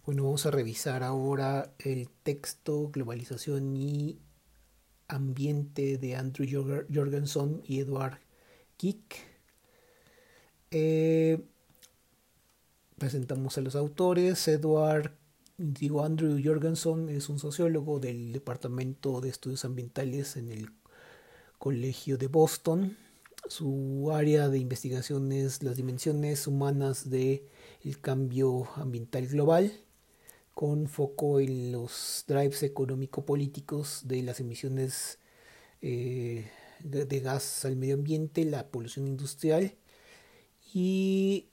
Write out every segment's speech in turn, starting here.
Bueno, vamos a revisar ahora el texto Globalización y Ambiente de Andrew Jorgensen y Edward Kick. Eh, Presentamos a los autores. Andrew Jorgensen es un sociólogo del Departamento de Estudios Ambientales en el Colegio de Boston. Su área de investigación es las dimensiones humanas del cambio ambiental global, con foco en los drives económico-políticos de las emisiones de gas al medio ambiente, la polución industrial, y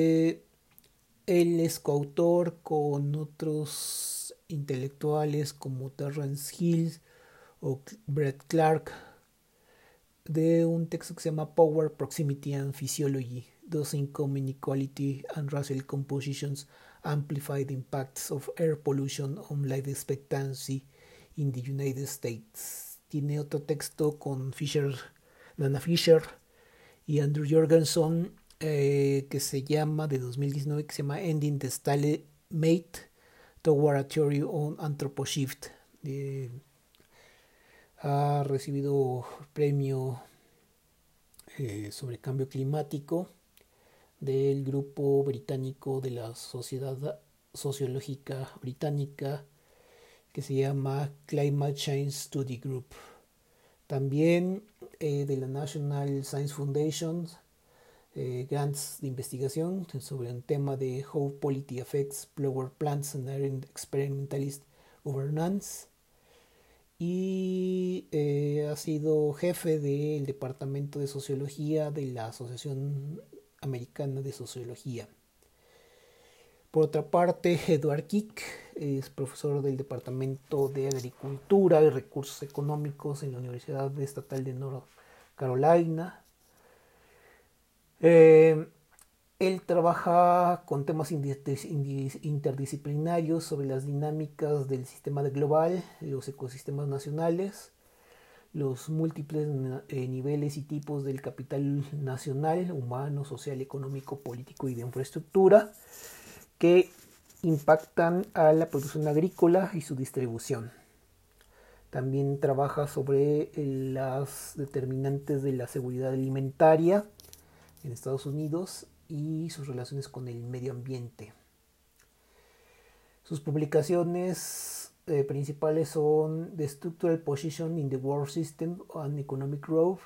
él es coautor con otros intelectuales como Terrence Hill o Brett Clark de un texto que se llama Power, Proximity and Physiology, Those Income Inequality and Racial Compositions Amplify the Impacts of Air Pollution on Life Expectancy in the United States. Tiene otro texto con Dana Fisher y Andrew Jorgensen, que se llama, de 2019, que se llama Ending the Stalemate Toward a Theory on Anthroposhift. Ha recibido premio sobre cambio climático del grupo británico de la Sociedad Sociológica Británica, que se llama Climate Change Study Group. También de la National Science Foundation, grants de investigación sobre un tema de How Polity Affects Power Plants and Experimentalist Governance. Y ha sido jefe del Departamento de Sociología de la Asociación Americana de Sociología. Por otra parte, Edward Kick es profesor del Departamento de Agricultura y Recursos Económicos en la Universidad Estatal de North Carolina. Él trabaja con temas interdisciplinarios sobre las dinámicas del sistema global, los ecosistemas nacionales, los múltiples niveles y tipos del capital nacional, humano, social, económico, político y de infraestructura, que impactan a la producción agrícola y su distribución. También trabaja sobre las determinantes de la seguridad alimentaria en Estados Unidos y sus relaciones con el medio ambiente. Sus publicaciones principales son The Structural Position in the World System and Economic Growth,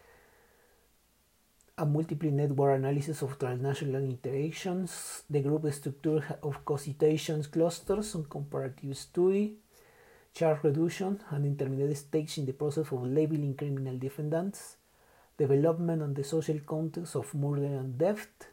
A Multiple Network Analysis of Transnational Interactions, The Group Structure of Co-Citation Clusters and Comparative Study, Charge Reduction and Intermediate Stage in the Process of Labeling Criminal Defendants, Development and the Social Context of Murder and Death.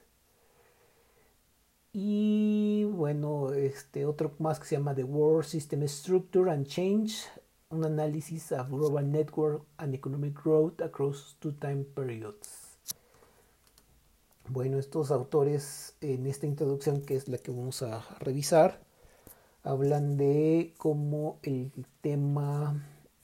Y bueno, otro más que se llama The World System Structure and Change, un análisis of global network and economic growth across two time periods. Bueno, estos autores en esta introducción, que es la que vamos a revisar, hablan de cómo el tema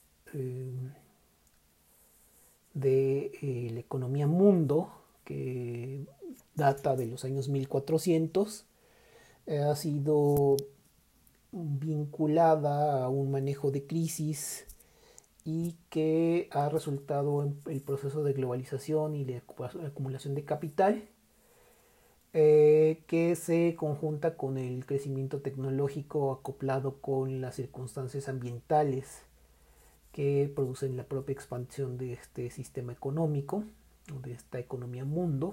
de la economía mundo, que data de los años 1400, ha sido vinculada a un manejo de crisis y que ha resultado en el proceso de globalización y de acumulación de capital, que se conjunta con el crecimiento tecnológico acoplado con las circunstancias ambientales que producen la propia expansión de este sistema económico, de esta economía mundo,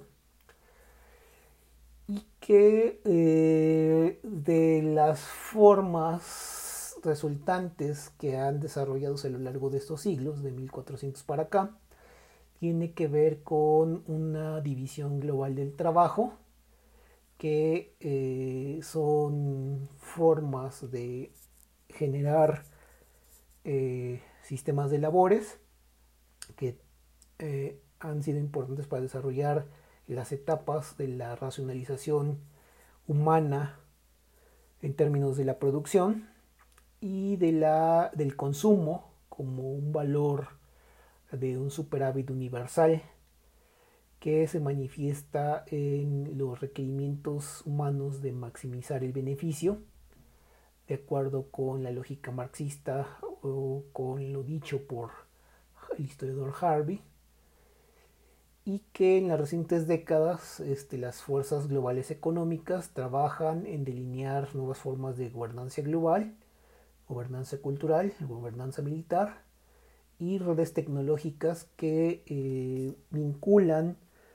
y que de las formas resultantes que han desarrollado a lo largo de estos siglos, de 1400 para acá, tiene que ver con una división global del trabajo, que son formas de generar sistemas de labores que han sido importantes para desarrollar las etapas de la racionalización humana en términos de la producción y del consumo como un valor de un superávit universal que se manifiesta en los requerimientos humanos de maximizar el beneficio de acuerdo con la lógica marxista o con lo dicho por el historiador Harvey, y que en las recientes décadas las fuerzas globales económicas trabajan en delinear nuevas formas de gobernanza global, gobernanza cultural, gobernanza militar y redes tecnológicas que vinculan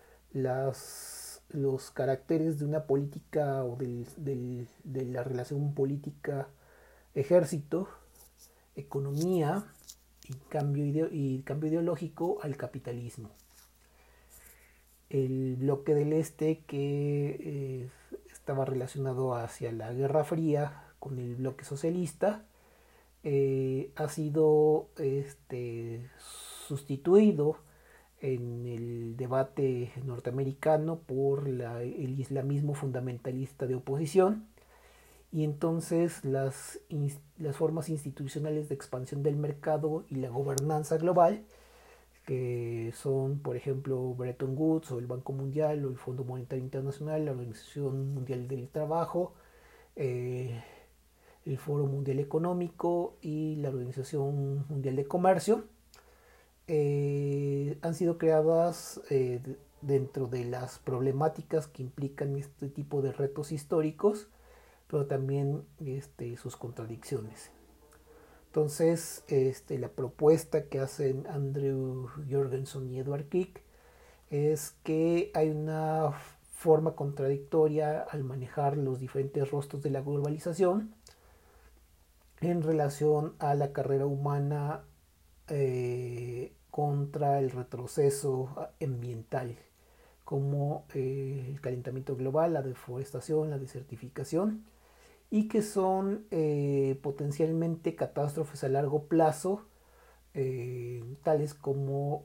los caracteres de una política o de la relación política ejército, economía y cambio ideológico al capitalismo. El bloque del este que estaba relacionado hacia la Guerra Fría con el bloque socialista ha sido sustituido en el debate norteamericano por el islamismo fundamentalista de oposición, y entonces las formas institucionales de expansión del mercado y la gobernanza global, que son por ejemplo Bretton Woods o el Banco Mundial o el Fondo Monetario Internacional, la Organización Mundial del Trabajo, eh, el Foro Mundial Económico y la Organización Mundial de Comercio, han sido creadas dentro de las problemáticas que implican este tipo de retos históricos, pero también sus contradicciones. Entonces, la propuesta que hacen Andrew Jorgenson y Edward Kirk es que hay una forma contradictoria al manejar los diferentes rostros de la globalización en relación a la carrera humana contra el retroceso ambiental, como el calentamiento global, la deforestación, la desertificación, y que son potencialmente catástrofes a largo plazo, tales como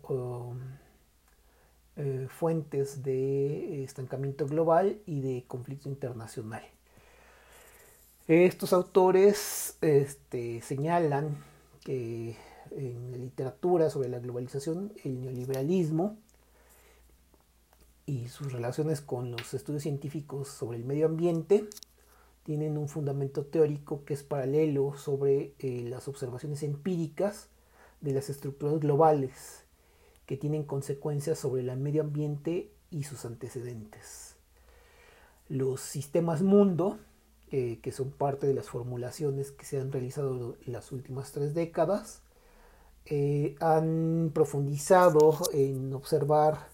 fuentes de estancamiento global y de conflicto internacional. Estos autores señalan que en la literatura sobre la globalización, el neoliberalismo y sus relaciones con los estudios científicos sobre el medio ambiente tienen un fundamento teórico que es paralelo sobre las observaciones empíricas de las estructuras globales que tienen consecuencias sobre el medio ambiente y sus antecedentes. Los sistemas mundo, que son parte de las formulaciones que se han realizado en las últimas 3 décadas, han profundizado en observar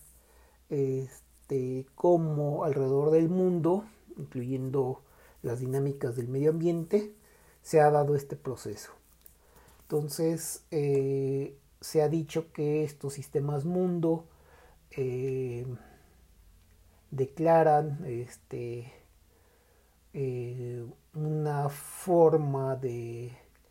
cómo alrededor del mundo, incluyendo las dinámicas del medio ambiente, se ha dado este proceso. Entonces, se ha dicho que estos sistemas mundo declaran una forma de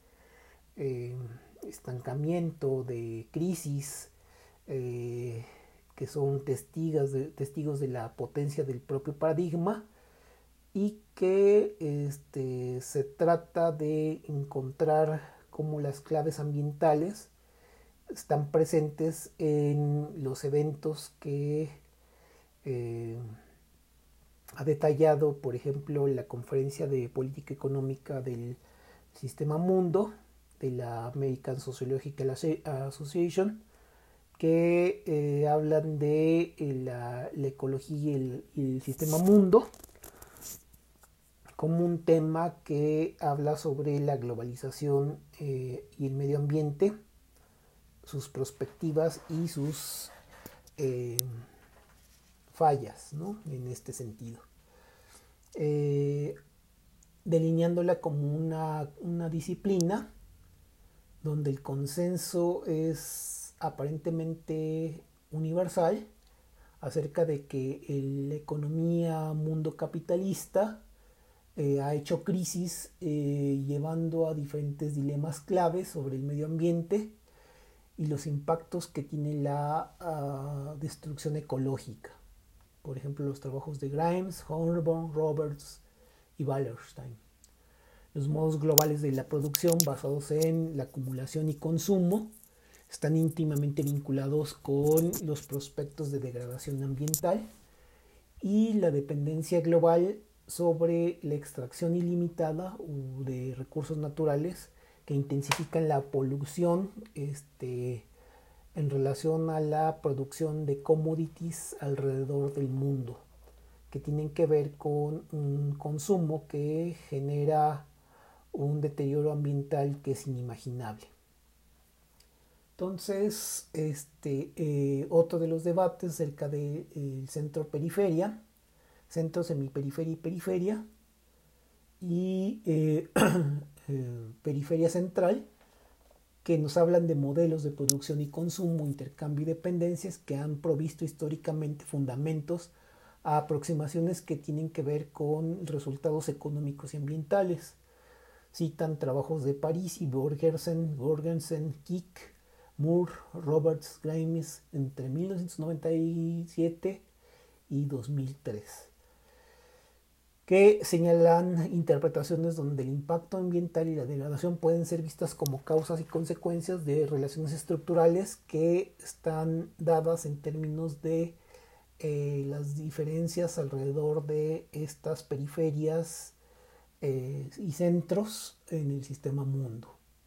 estancamiento, de crisis, que son testigos de la potencia del propio paradigma, y que se trata de encontrar cómo las claves ambientales están presentes en los eventos que ha detallado, por ejemplo, la conferencia de política económica del Sistema Mundo de la American Sociological Association, que hablan de la ecología y el sistema mundo como un tema que habla sobre la globalización y el medio ambiente, sus perspectivas y sus fallas, ¿no? En este sentido. Delineándola como una disciplina donde el consenso es aparentemente universal acerca de que la economía mundo capitalista ha hecho crisis, llevando a diferentes dilemas claves sobre el medio ambiente y los impactos que tiene la destrucción ecológica. Por ejemplo, los trabajos de Grimes, Hornborn, Roberts y Wallerstein. Los modos globales de la producción basados en la acumulación y consumo están íntimamente vinculados con los prospectos de degradación ambiental, y la dependencia global sobre la extracción ilimitada de recursos naturales que intensifican la polución en relación a la producción de commodities alrededor del mundo, que tienen que ver con un consumo que genera un deterioro ambiental que es inimaginable. Entonces, otro de los debates acerca del centro-periferia, centro, semiperiferia y periferia, y periferia central, que nos hablan de modelos de producción y consumo, intercambio y dependencias que han provisto históricamente fundamentos a aproximaciones que tienen que ver con resultados económicos y ambientales. Citan trabajos de París y Borgensen, Kick, Moore, Roberts, Grimes entre 1997 y 2003, que señalan interpretaciones donde el impacto ambiental y la degradación pueden ser vistas como causas y consecuencias de relaciones estructurales que están dadas en términos de las diferencias alrededor de estas periferias y centros en el sistema mundo.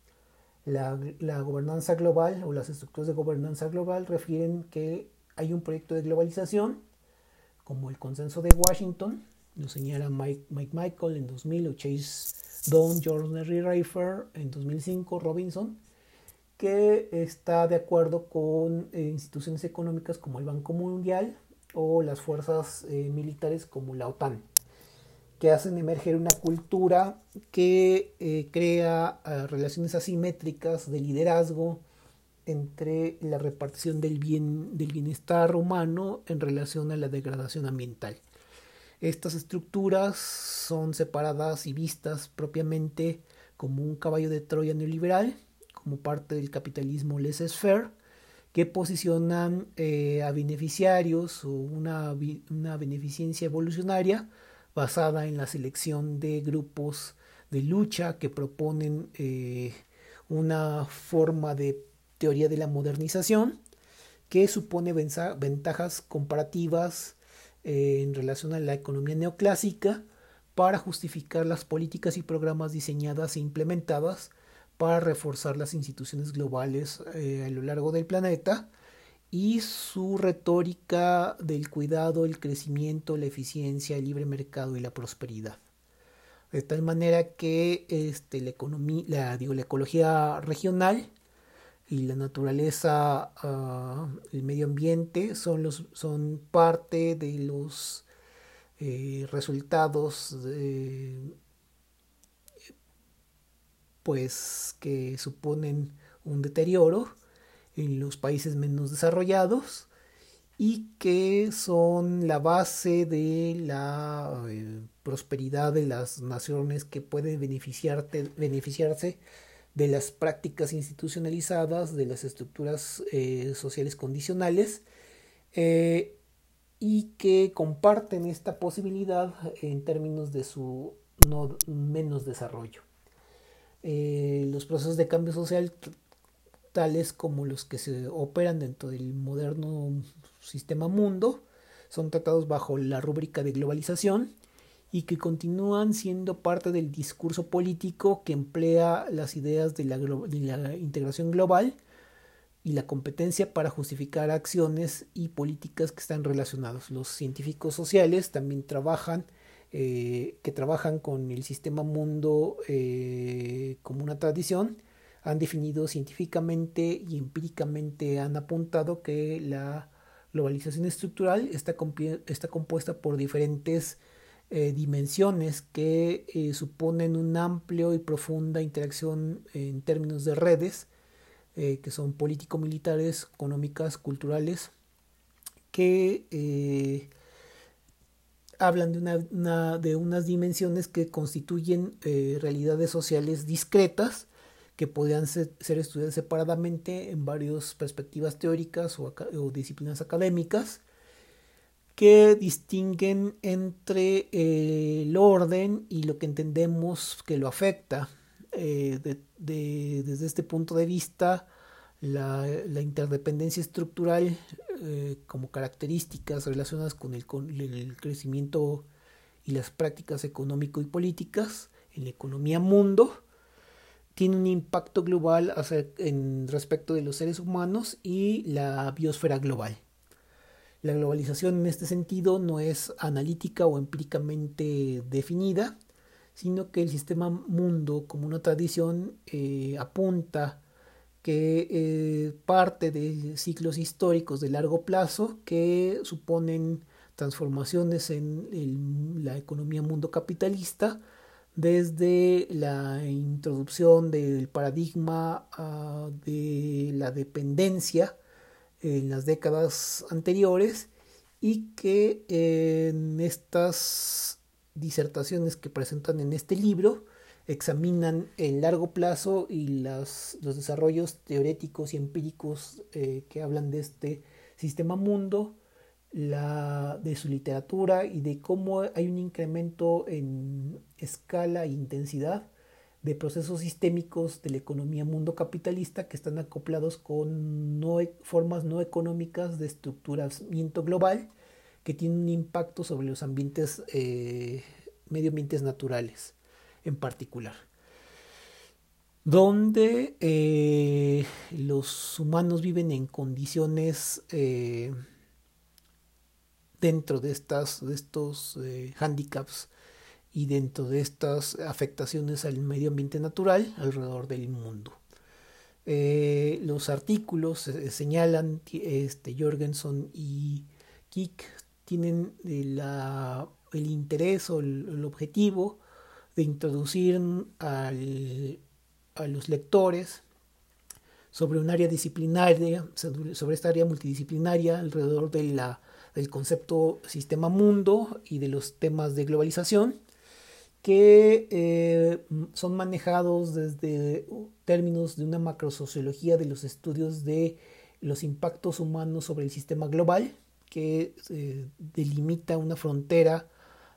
La gobernanza global o las estructuras de gobernanza global refieren que hay un proyecto de globalización como el Consenso de Washington, lo señala Mike Michael en 2000, o Chase Down, Jordan Reifer en 2005, Robinson, que está de acuerdo con instituciones económicas como el Banco Mundial o las fuerzas militares como la OTAN, que hacen emerger una cultura que crea relaciones asimétricas de liderazgo entre la repartición del bienestar humano en relación a la degradación ambiental. Estas estructuras son separadas y vistas propiamente como un caballo de Troya neoliberal, como parte del capitalismo laissez-faire, que posicionan a beneficiarios o una beneficencia evolucionaria basada en la selección de grupos de lucha que proponen una forma de teoría de la modernización que supone ventajas comparativas en relación a la economía neoclásica para justificar las políticas y programas diseñadas e implementadas para reforzar las instituciones globales a lo largo del planeta, y su retórica del cuidado, el crecimiento, la eficiencia, el libre mercado y la prosperidad. De tal manera que la ecología regional y la naturaleza, el medio ambiente son parte de los resultados pues que suponen un deterioro en los países menos desarrollados y que son la base de la prosperidad de las naciones que pueden beneficiarse de las prácticas institucionalizadas, de las estructuras sociales condicionales, y que comparten esta posibilidad en términos de su no menos desarrollo. Los procesos de cambio social, tales como los que se operan dentro del moderno sistema mundo, son tratados bajo la rúbrica de globalización y que continúan siendo parte del discurso político que emplea las ideas de la integración global y la competencia para justificar acciones y políticas que están relacionados. Los científicos sociales también trabajan con el sistema mundo como una tradición, han definido científicamente y empíricamente, han apuntado que la globalización estructural está compuesta por diferentes dimensiones que suponen una amplia y profunda interacción en términos de redes, que son político-militares, económicas, culturales, que hablan de unas dimensiones que constituyen realidades sociales discretas que podrían ser estudiadas separadamente en varias perspectivas teóricas o disciplinas académicas, que distinguen entre el orden y lo que entendemos que lo afecta. Desde este punto de vista, la interdependencia estructural como características relacionadas con el crecimiento y las prácticas económico y políticas en la economía mundo tiene un impacto global en respecto de los seres humanos y la biosfera global. La globalización en este sentido no es analítica o empíricamente definida, sino que el sistema mundo como una tradición apunta que parte de ciclos históricos de largo plazo que suponen transformaciones en la economía mundo capitalista desde la introducción del paradigma de la dependencia en las décadas anteriores y que en estas disertaciones que presentan en este libro examinan el largo plazo y los desarrollos teoréticos y empíricos que hablan de este sistema mundo, de su literatura y de cómo hay un incremento en escala e intensidad de procesos sistémicos de la economía mundo capitalista que están acoplados con formas no económicas de estructuramiento global que tienen un impacto sobre los ambientes, medio ambientes naturales en particular, donde los humanos viven en condiciones dentro de estos hándicaps y dentro de estas afectaciones al medio ambiente natural alrededor del mundo. Los artículos señalan, Jorgenson y Kick tienen el interés o el objetivo de introducir a los lectores sobre un área disciplinaria, sobre esta área multidisciplinaria alrededor del concepto sistema mundo y de los temas de globalización que son manejados desde términos de una macrosociología de los estudios de los impactos humanos sobre el sistema global, que delimita una frontera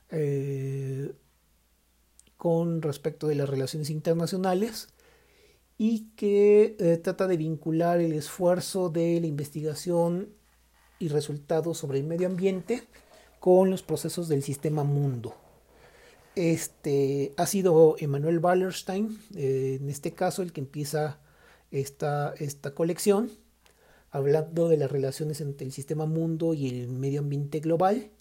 con respecto de las relaciones internacionales y que trata de vincular el esfuerzo de la investigación y resultados sobre el medio ambiente con los procesos del sistema mundo. Ha sido Emanuel Wallerstein, en este caso, el que empieza esta colección, hablando de las relaciones entre el sistema mundo y el medio ambiente global,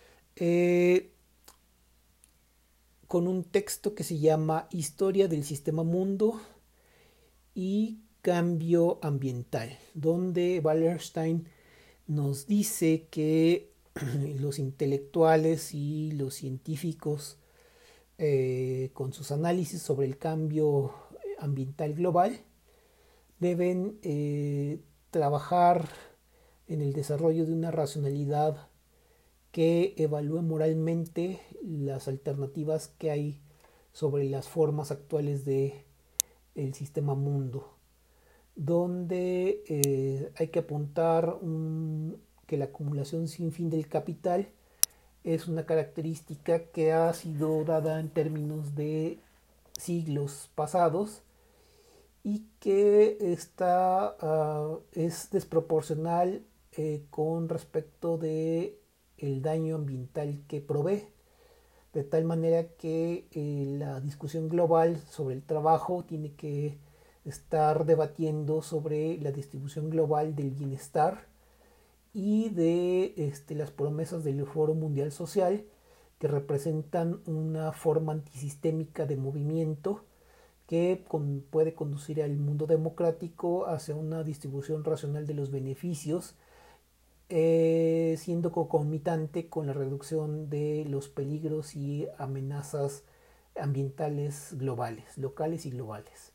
con un texto que se llama Historia del sistema mundo y cambio ambiental, donde Wallerstein nos dice que los intelectuales y los científicos con sus análisis sobre el cambio ambiental global deben trabajar en el desarrollo de una racionalidad que evalúe moralmente las alternativas que hay sobre las formas actuales de el sistema mundo, donde hay que apuntar que la acumulación sin fin del capital es una característica que ha sido dada en términos de siglos pasados y que es desproporcional con respecto de el daño ambiental que provee, de tal manera que la discusión global sobre el trabajo tiene que estar debatiendo sobre la distribución global del bienestar y de las promesas del Foro Mundial Social, que representan una forma antisistémica de movimiento que puede conducir al mundo democrático hacia una distribución racional de los beneficios, siendo concomitante con la reducción de los peligros y amenazas ambientales globales, locales y globales.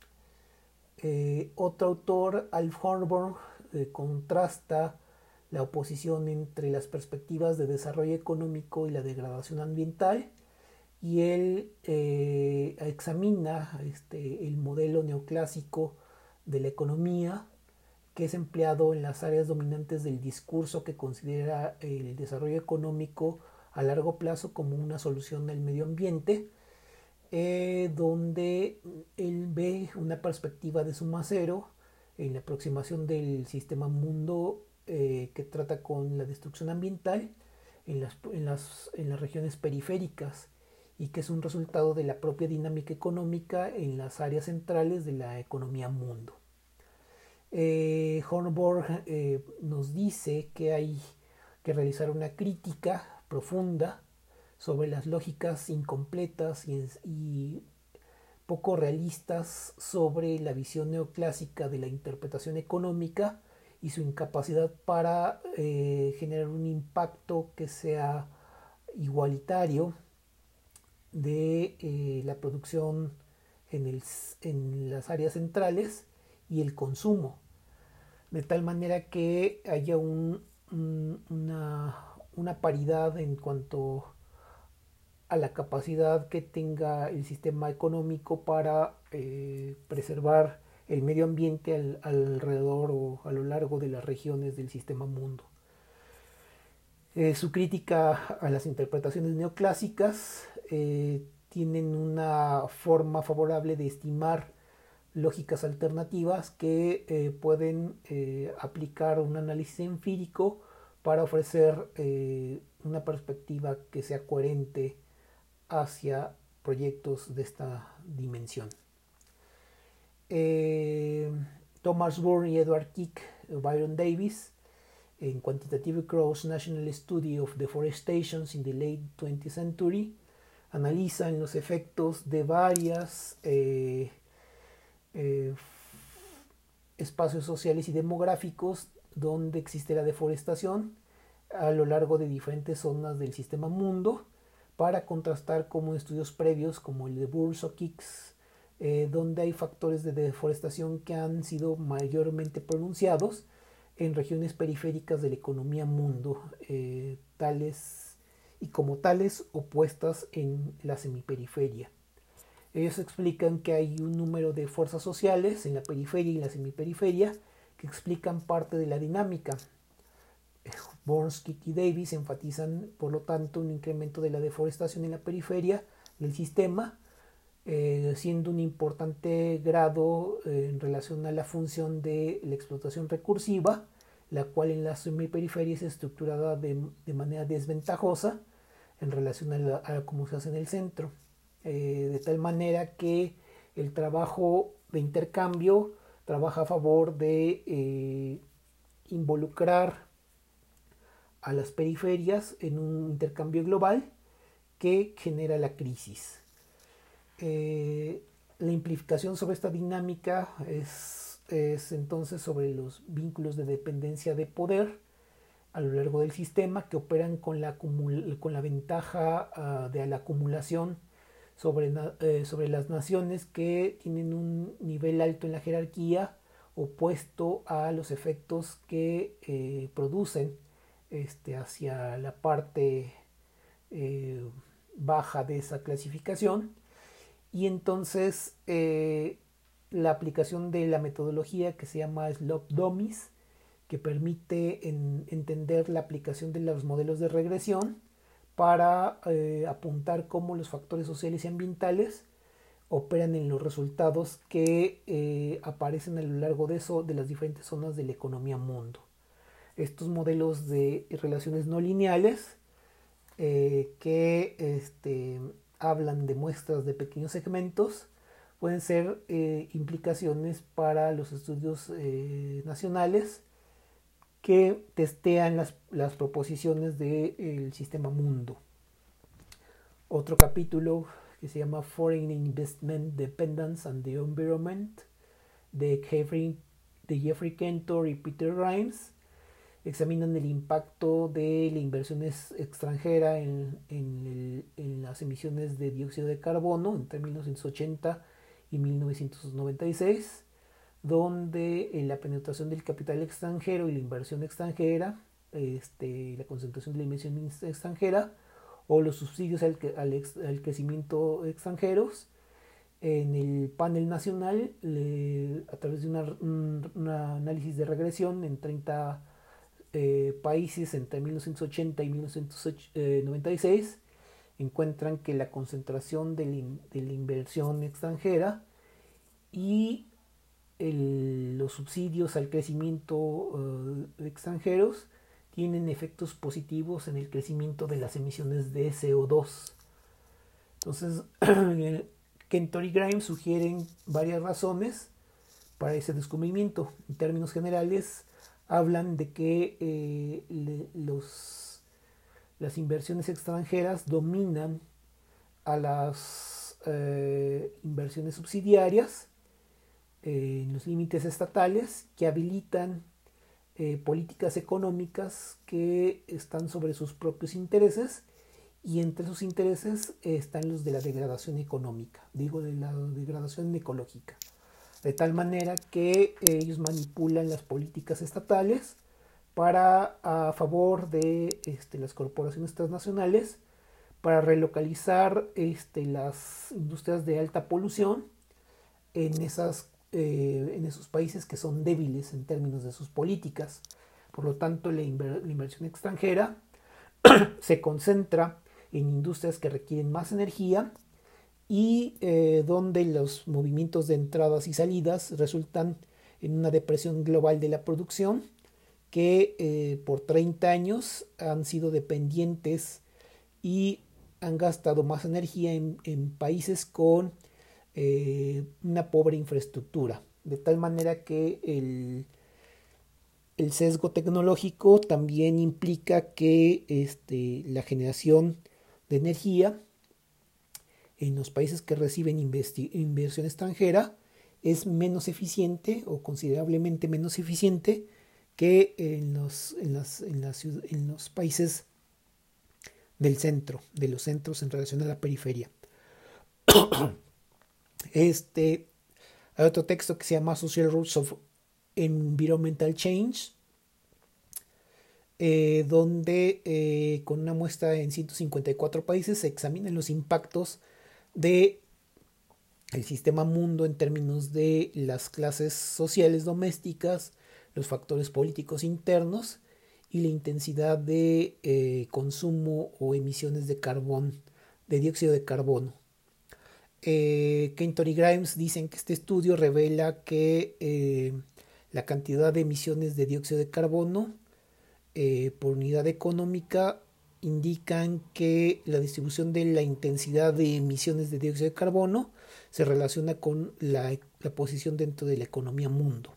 Otro autor, Alf Hornborn, contrasta la oposición entre las perspectivas de desarrollo económico y la degradación ambiental, y él examina el modelo neoclásico de la economía que es empleado en las áreas dominantes del discurso que considera el desarrollo económico a largo plazo como una solución al medio ambiente, donde él ve una perspectiva de suma cero en la aproximación del sistema mundo que trata con la destrucción ambiental, en las regiones periféricas y que es un resultado de la propia dinámica económica en las áreas centrales de la economía mundo. Hornborg nos dice que hay que realizar una crítica profunda sobre las lógicas incompletas y poco realistas sobre la visión neoclásica de la interpretación económica y su incapacidad para generar un impacto que sea igualitario de la producción en las áreas centrales y el consumo, de tal manera que haya una paridad en cuanto a la capacidad que tenga el sistema económico para preservar el medio ambiente alrededor o a lo largo de las regiones del sistema mundo. Su crítica a las interpretaciones neoclásicas tienen una forma favorable de estimar lógicas alternativas que pueden aplicar un análisis empírico para ofrecer una perspectiva que sea coherente hacia proyectos de esta dimensión. Thomas Bourne y Edward Keck, Byron Davis, en Quantitative Cross-National Study of Deforestation in the Late 20th Century, analizan los efectos de varias espacios sociales y demográficos donde existe la deforestación a lo largo de diferentes zonas del sistema mundo, para contrastar con estudios previos como el de Bourne o Keck, donde hay factores de deforestación que han sido mayormente pronunciados en regiones periféricas de la economía mundo, tales y como tales opuestas en la semiperiferia. Ellos explican que hay un número de fuerzas sociales en la periferia y en la semiperiferia que explican parte de la dinámica. Bourne, Keck y Davis enfatizan, por lo tanto, un incremento de la deforestación en la periferia del sistema, siendo un importante grado en relación a la función de la explotación recursiva, la cual en la semiperiferia es estructurada de manera desventajosa en relación a cómo se hace en el centro, de tal manera que el trabajo de intercambio trabaja a favor de involucrar a las periferias en un intercambio global que genera la crisis. La implicación sobre esta dinámica es entonces sobre los vínculos de dependencia de poder a lo largo del sistema que operan con la ventaja de la acumulación sobre las naciones que tienen un nivel alto en la jerarquía, opuesto a los efectos que producen hacia la parte baja de esa clasificación. Y entonces la aplicación de la metodología que se llama Slope Dummies, que permite entender la aplicación de los modelos de regresión para apuntar cómo los factores sociales y ambientales operan en los resultados que aparecen a lo largo de las diferentes zonas de la economía mundo. Estos modelos de relaciones no lineales que hablan de muestras de pequeños segmentos pueden ser implicaciones para los estudios nacionales que testean las proposiciones del sistema mundo. Otro capítulo que se llama Foreign Investment Dependence and the Environment, de Jeffrey Cantor y Peter Grimes, examinan el impacto de la inversión extranjera en las emisiones de dióxido de carbono entre 1980 y 1996, donde la penetración del capital extranjero y la inversión extranjera, la concentración de la inversión extranjera o los subsidios al crecimiento extranjeros en el panel nacional, a través de un análisis de regresión en 30 países entre 1980 y 1996, encuentran que la concentración de la inversión extranjera y los subsidios al crecimiento extranjeros tienen efectos positivos en el crecimiento de las emisiones de CO2. Entonces, Kentor y Grimes sugieren varias razones para ese descubrimiento. En términos generales, hablan de que las inversiones extranjeras dominan a las inversiones subsidiarias en los límites estatales que habilitan políticas económicas que están sobre sus propios intereses, y entre sus intereses están los de la degradación económica, digo, de la degradación ecológica, de tal manera que ellos manipulan las políticas estatales para a favor de las corporaciones transnacionales, para relocalizar las industrias de alta polución en esos países que son débiles en términos de sus políticas. Por lo tanto, la inversión extranjera se concentra en industrias que requieren más energía y donde los movimientos de entradas y salidas resultan en una depresión global de la producción que por 30 años han sido dependientes y han gastado más energía en países con una pobre infraestructura, de tal manera que el sesgo tecnológico también implica que la generación de energía en los países que reciben inversión extranjera es menos eficiente o considerablemente menos eficiente que en los países del centro, de los centros en relación a la periferia. Hay otro texto que se llama Social Roots of Environmental Change, donde con una muestra en 154 países se examinan los impactos de el sistema mundo en términos de las clases sociales domésticas, los factores políticos internos y la intensidad de consumo o emisiones de carbón, de dióxido de carbono. Kentor y Grimes dicen que este estudio revela que la cantidad de emisiones de dióxido de carbono por unidad económica indican que la distribución de la intensidad de emisiones de dióxido de carbono se relaciona con la posición dentro de la economía mundo.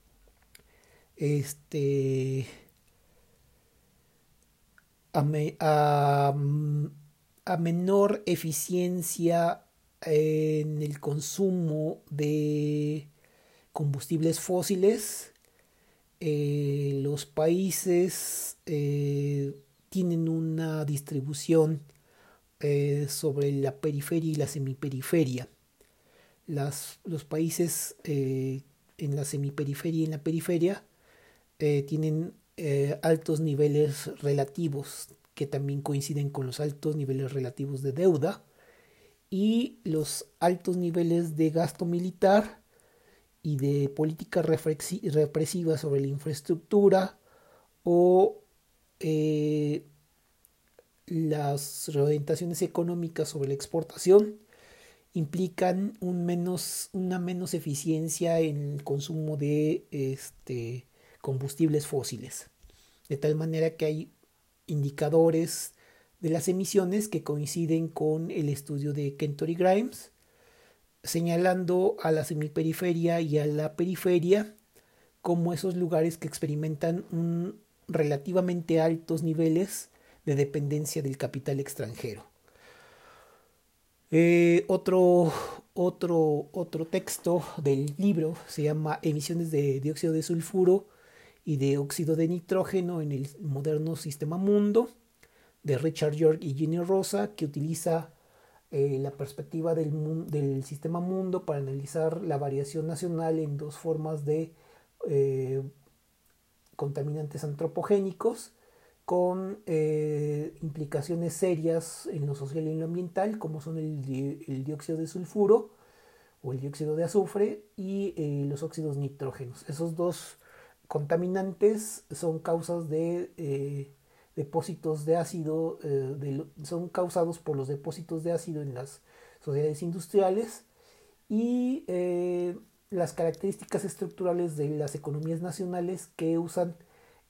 A menor eficiencia en el consumo de combustibles fósiles, los países tienen una distribución sobre la periferia y la semiperiferia. Los países en la semiperiferia y en la periferia tienen altos niveles relativos que también coinciden con los altos niveles relativos de deuda y los altos niveles de gasto militar y de política represiva sobre la infraestructura o las reorientaciones económicas sobre la exportación implican una menos eficiencia en el consumo de combustibles fósiles, de tal manera que hay indicadores de las emisiones que coinciden con el estudio de Kentor y Grimes, señalando a la semiperiferia y a la periferia como esos lugares que experimentan relativamente altos niveles de dependencia del capital extranjero. Otro texto del libro se llama Emisiones de dióxido de sulfuro y de óxido de nitrógeno en el moderno sistema mundo, de Richard York y Ginny Rosa, que utiliza la perspectiva del sistema mundo para analizar la variación nacional en dos formas de contaminantes antropogénicos con implicaciones serias en lo social y en lo ambiental, como son el dióxido de sulfuro o el dióxido de azufre y los óxidos nitrógenos. Esos dos contaminantes son causas de depósitos de ácido, son causados por los depósitos de ácido en las sociedades industriales y las características estructurales de las economías nacionales que usan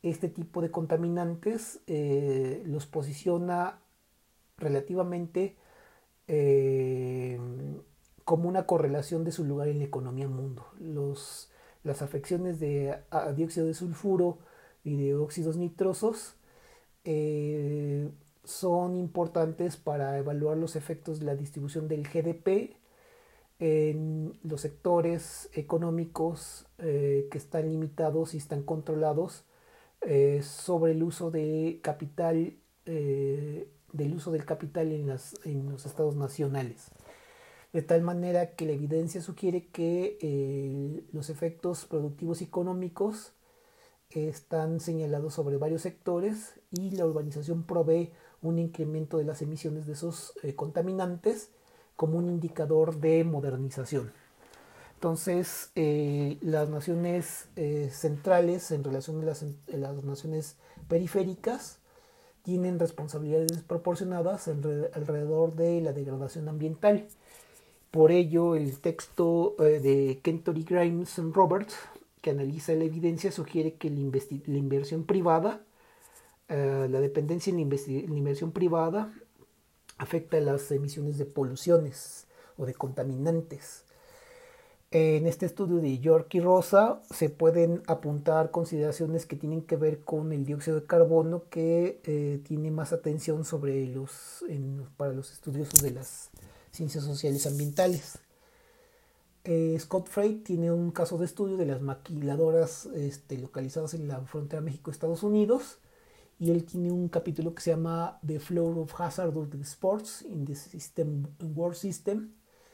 este tipo de contaminantes los posiciona relativamente eh, como una correlación de su lugar en la economía mundo. Las afecciones de dióxido de sulfuro y de óxidos nitrosos eh, son importantes para evaluar los efectos de la distribución del GDP en los sectores económicos que están limitados y están controlados sobre el uso de capital, del uso del capital en los estados nacionales. De tal manera que la evidencia sugiere que los efectos productivos y económicos están señalados sobre varios sectores y la urbanización provee un incremento de las emisiones de esos contaminantes como un indicador de modernización. Entonces, las naciones centrales en relación a las naciones periféricas tienen responsabilidades desproporcionadas alrededor de la degradación ambiental. Por ello, el texto de Kentory Grimes and Roberts, que analiza la evidencia, sugiere que la inversión privada, la dependencia en la inversión privada afecta las emisiones de poluciones o de contaminantes. En este estudio de York y Rosa se pueden apuntar consideraciones que tienen que ver con el dióxido de carbono, que tiene más atención sobre para los estudiosos de las ciencias sociales ambientales. Scott Frey tiene un caso de estudio de las maquiladoras localizadas en la frontera México-Estados Unidos, y él tiene un capítulo que se llama The Flow of Hazardous Sports in the World System,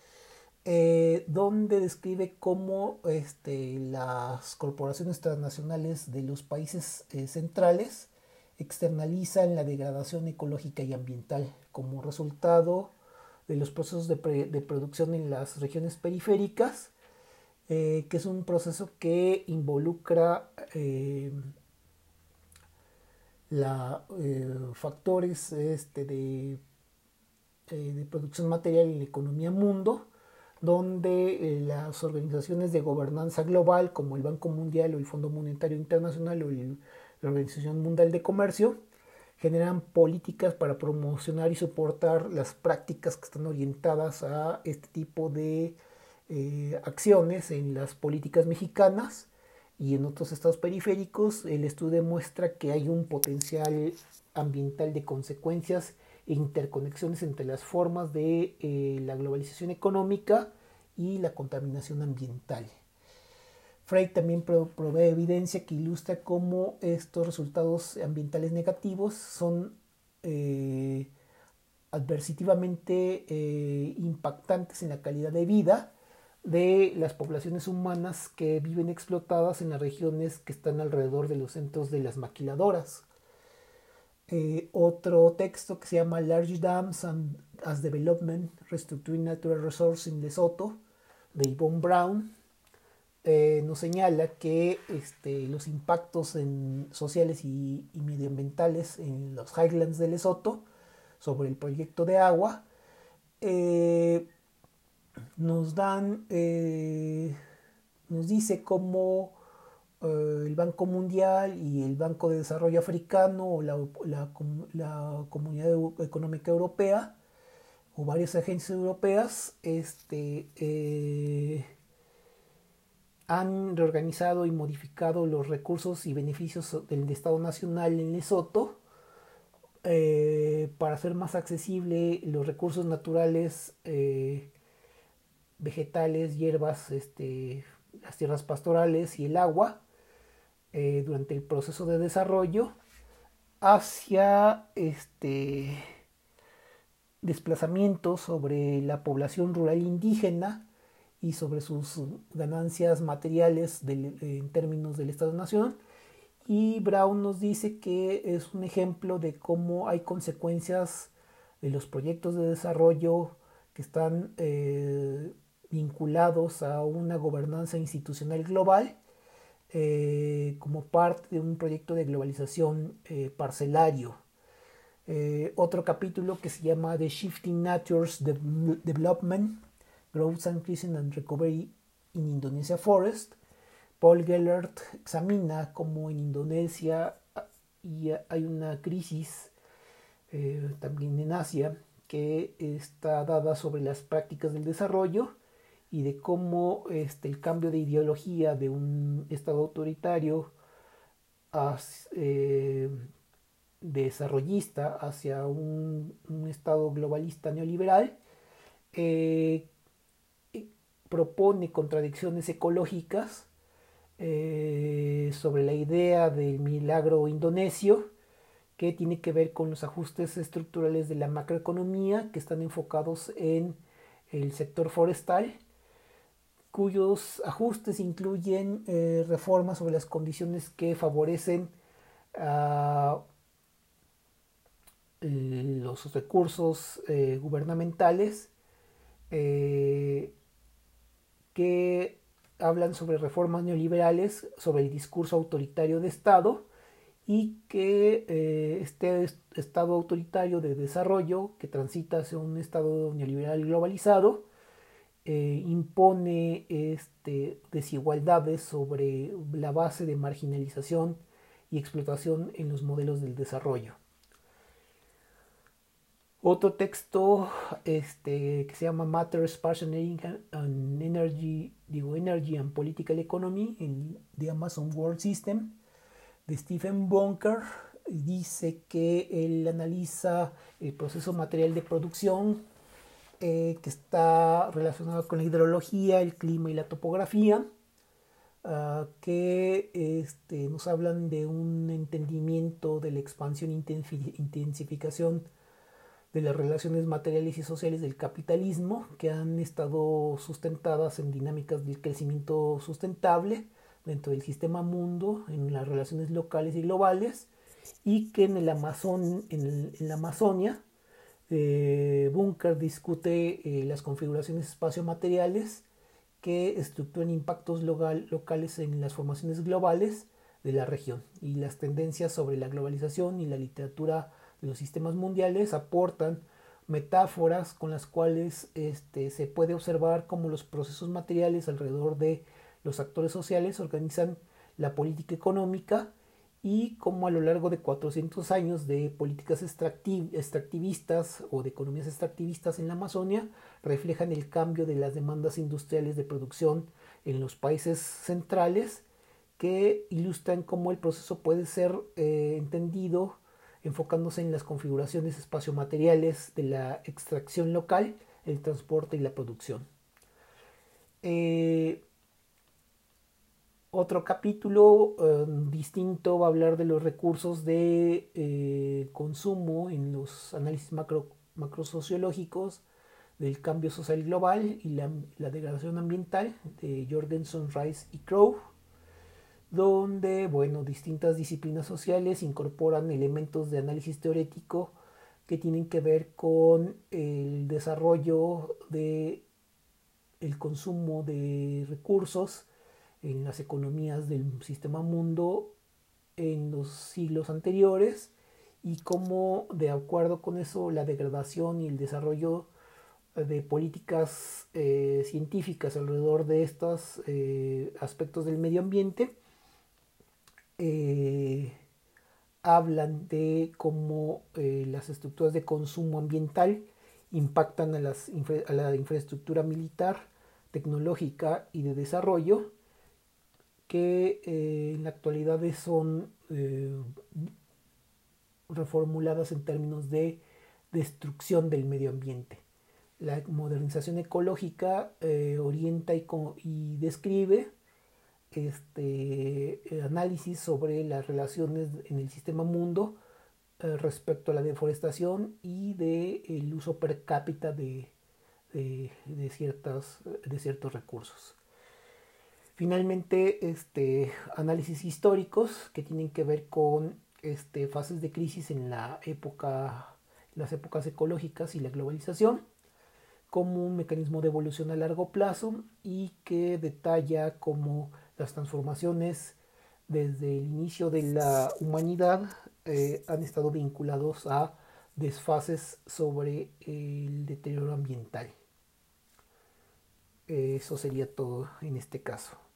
donde describe cómo las corporaciones transnacionales de los países centrales externalizan la degradación ecológica y ambiental como resultado de los procesos de producción en las regiones periféricas, que es un proceso que involucra factores de producción material en la economía mundo, donde las organizaciones de gobernanza global como el Banco Mundial o el Fondo Monetario Internacional o la Organización Mundial de Comercio generan políticas para promocionar y soportar las prácticas que están orientadas a este tipo de acciones en las políticas mexicanas y en otros estados periféricos. El estudio demuestra que hay un potencial ambiental de consecuencias e interconexiones entre las formas de la globalización económica y la contaminación ambiental. Frey también provee evidencia que ilustra cómo estos resultados ambientales negativos son adversativamente impactantes en la calidad de vida de las poblaciones humanas que viven explotadas en las regiones que están alrededor de los centros de las maquiladoras. Otro texto que se llama Large Dams as Development Restructuring Natural Resources in Lesotho, de Yvonne Brown, nos señala que los impactos sociales y medioambientales en los Highlands de Lesoto sobre el proyecto de agua nos dice cómo el Banco Mundial y el Banco de Desarrollo Africano o la Comunidad Económica Europea o varias agencias europeas han reorganizado y modificado los recursos y beneficios del Estado Nacional en Lesoto para hacer más accesible los recursos naturales, vegetales, hierbas, las tierras pastorales y el agua durante el proceso de desarrollo hacia desplazamientos sobre la población rural indígena y sobre sus ganancias materiales en términos del Estado-Nación. Y Brown nos dice que es un ejemplo de cómo hay consecuencias de los proyectos de desarrollo que están vinculados a una gobernanza institucional global como parte de un proyecto de globalización parcelario. Otro capítulo que se llama The Shifting Natures Development, Growth Increasing and Recovery in Indonesia Forest. Paul Gellert examina cómo en Indonesia y hay una crisis también en Asia que está dada sobre las prácticas del desarrollo y de cómo el cambio de ideología de un Estado autoritario desarrollista hacia un Estado globalista neoliberal eh, propone contradicciones ecológicas sobre la idea del milagro indonesio, que tiene que ver con los ajustes estructurales de la macroeconomía que están enfocados en el sector forestal, cuyos ajustes incluyen reformas sobre las condiciones que favorecen a los recursos gubernamentales, eh, que hablan sobre reformas neoliberales, sobre el discurso autoritario de Estado y que este Estado autoritario de desarrollo que transita hacia un Estado neoliberal globalizado impone desigualdades sobre la base de marginalización y explotación en los modelos del desarrollo. Otro texto que se llama Matters, Partially and Energy, Energy and Political Economy en The Amazon World System, de Stephen Bunker, dice que él analiza el proceso material de producción que está relacionado con la hidrología, el clima y la topografía, que nos hablan de un entendimiento de la expansión e intensificación de las relaciones materiales y sociales del capitalismo, que han estado sustentadas en dinámicas del crecimiento sustentable dentro del sistema mundo, en las relaciones locales y globales, y que en la Amazonia, Bunker discute las configuraciones espaciomateriales que estructuran impactos locales en las formaciones globales de la región, y las tendencias sobre la globalización y la literatura de los sistemas mundiales aportan metáforas con las cuales se puede observar cómo los procesos materiales alrededor de los actores sociales organizan la política económica, y cómo a lo largo de 400 años de políticas extractivistas o de economías extractivistas en la Amazonia reflejan el cambio de las demandas industriales de producción en los países centrales, que ilustran cómo el proceso puede ser entendido enfocándose en las configuraciones espaciomateriales de la extracción local, el transporte y la producción. Otro capítulo distinto va a hablar de los recursos de consumo en los análisis macrosociológicos del cambio social global y la degradación ambiental, de Jorgenson, Rice y Crow, donde distintas disciplinas sociales incorporan elementos de análisis teórico que tienen que ver con el desarrollo de el consumo de recursos en las economías del sistema mundo en los siglos anteriores, y cómo de acuerdo con eso la degradación y el desarrollo de políticas científicas alrededor de estos aspectos del medio ambiente hablan de cómo las estructuras de consumo ambiental impactan a la infraestructura militar, tecnológica y de desarrollo, que en la actualidad son reformuladas en términos de destrucción del medio ambiente. La modernización ecológica orienta y describe análisis sobre las relaciones en el sistema mundo respecto a la deforestación y del uso per cápita de ciertos recursos. Finalmente, análisis históricos que tienen que ver con fases de crisis en las épocas ecológicas y la globalización, como un mecanismo de evolución a largo plazo, y que detalla cómo las transformaciones desde el inicio de la humanidad han estado vinculados a desfases sobre el deterioro ambiental. Eso sería todo en este caso.